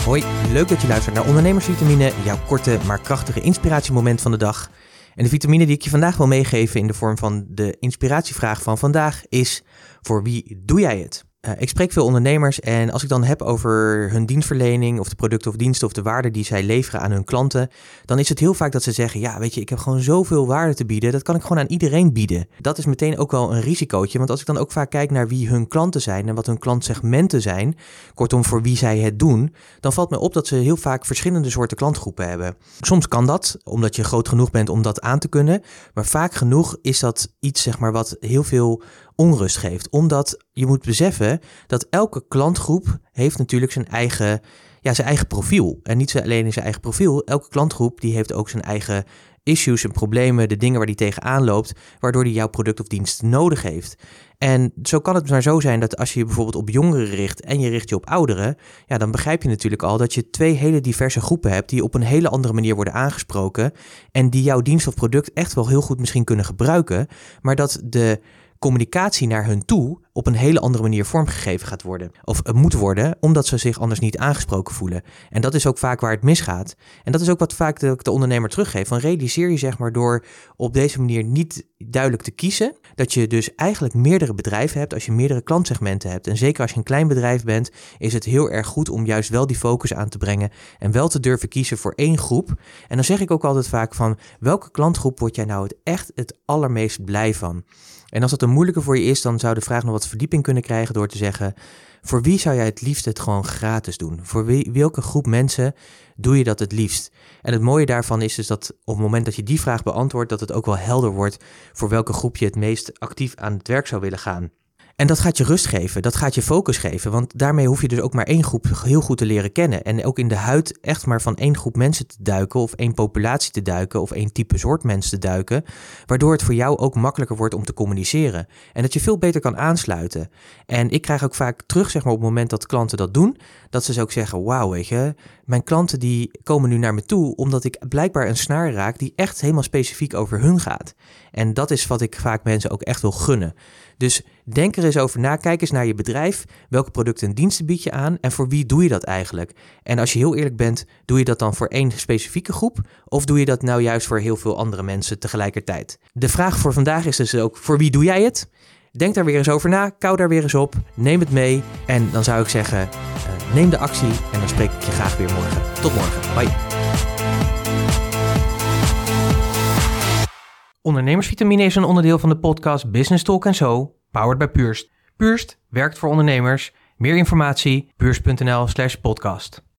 Hoi, leuk dat je luistert naar Ondernemersvitamine, jouw korte maar krachtige inspiratiemoment van de dag. En de vitamine die ik je vandaag wil meegeven in de vorm van de inspiratievraag van vandaag is: voor wie doe jij het? Ik spreek veel ondernemers en als ik dan heb over hun dienstverlening of de producten of diensten of de waarde die zij leveren aan hun klanten, dan is het heel vaak dat ze zeggen, ja weet je, ik heb gewoon zoveel waarde te bieden, dat kan ik gewoon aan iedereen bieden. Dat is meteen ook wel een risicootje, want als ik dan ook vaak kijk naar wie hun klanten zijn en wat hun klantsegmenten zijn, kortom voor wie zij het doen, dan valt me op dat ze heel vaak verschillende soorten klantgroepen hebben. Soms kan dat, omdat je groot genoeg bent om dat aan te kunnen, maar vaak genoeg is dat iets zeg maar wat heel veel onrust geeft, omdat je moet beseffen dat elke klantgroep heeft natuurlijk zijn eigen profiel. En niet alleen in zijn eigen profiel, elke klantgroep die heeft ook zijn eigen issues en problemen, de dingen waar die tegenaan loopt, waardoor die jouw product of dienst nodig heeft. En zo kan het maar zo zijn dat als je je bijvoorbeeld op jongeren richt en je richt je op ouderen, ja, dan begrijp je natuurlijk al dat je twee hele diverse groepen hebt die op een hele andere manier worden aangesproken en die jouw dienst of product echt wel heel goed misschien kunnen gebruiken, maar dat de communicatie naar hun toe op een hele andere manier vormgegeven gaat worden. Of moet worden, omdat ze zich anders niet aangesproken voelen. En dat is ook vaak waar het misgaat. En dat is ook wat vaak de ondernemer teruggeeft. Van realiseer je zeg maar door op deze manier niet duidelijk te kiezen, dat je dus eigenlijk meerdere bedrijven hebt als je meerdere klantsegmenten hebt. En zeker als je een klein bedrijf bent, is het heel erg goed om juist wel die focus aan te brengen en wel te durven kiezen voor één groep. En dan zeg ik ook altijd vaak van, welke klantgroep word jij nou het allermeest blij van? En als dat een moeilijke voor je is, dan zou de vraag nog wat verdieping kunnen krijgen door te zeggen, voor wie zou jij het liefst het gewoon gratis doen? Voor welke groep mensen doe je dat het liefst? En het mooie daarvan is dus dat op het moment dat je die vraag beantwoordt, dat het ook wel helder wordt voor welke groep je het meest actief aan het werk zou willen gaan. En dat gaat je rust geven, dat gaat je focus geven, want daarmee hoef je dus ook maar één groep heel goed te leren kennen. En ook in de huid echt maar van één groep mensen te duiken of één populatie te duiken of één type soort mensen te duiken, waardoor het voor jou ook makkelijker wordt om te communiceren. En dat je veel beter kan aansluiten. En ik krijg ook vaak terug, zeg maar op het moment dat klanten dat doen, dat ze ook zeggen, wauw weet je, mijn klanten die komen nu naar me toe omdat ik blijkbaar een snaar raak die echt helemaal specifiek over hun gaat. En dat is wat ik vaak mensen ook echt wil gunnen. Dus denk er eens over na, kijk eens naar je bedrijf, welke producten en diensten bied je aan en voor wie doe je dat eigenlijk? En als je heel eerlijk bent, doe je dat dan voor één specifieke groep of doe je dat nou juist voor heel veel andere mensen tegelijkertijd? De vraag voor vandaag is dus ook, voor wie doe jij het? Denk daar weer eens over na, kou daar weer eens op, neem het mee en dan zou ik zeggen, neem de actie en dan spreek ik je graag weer morgen. Tot morgen, bye. Ondernemersvitamine is een onderdeel van de podcast Business Talk & So, powered by Purst. Purst werkt voor ondernemers. Meer informatie, purst.nl/podcast.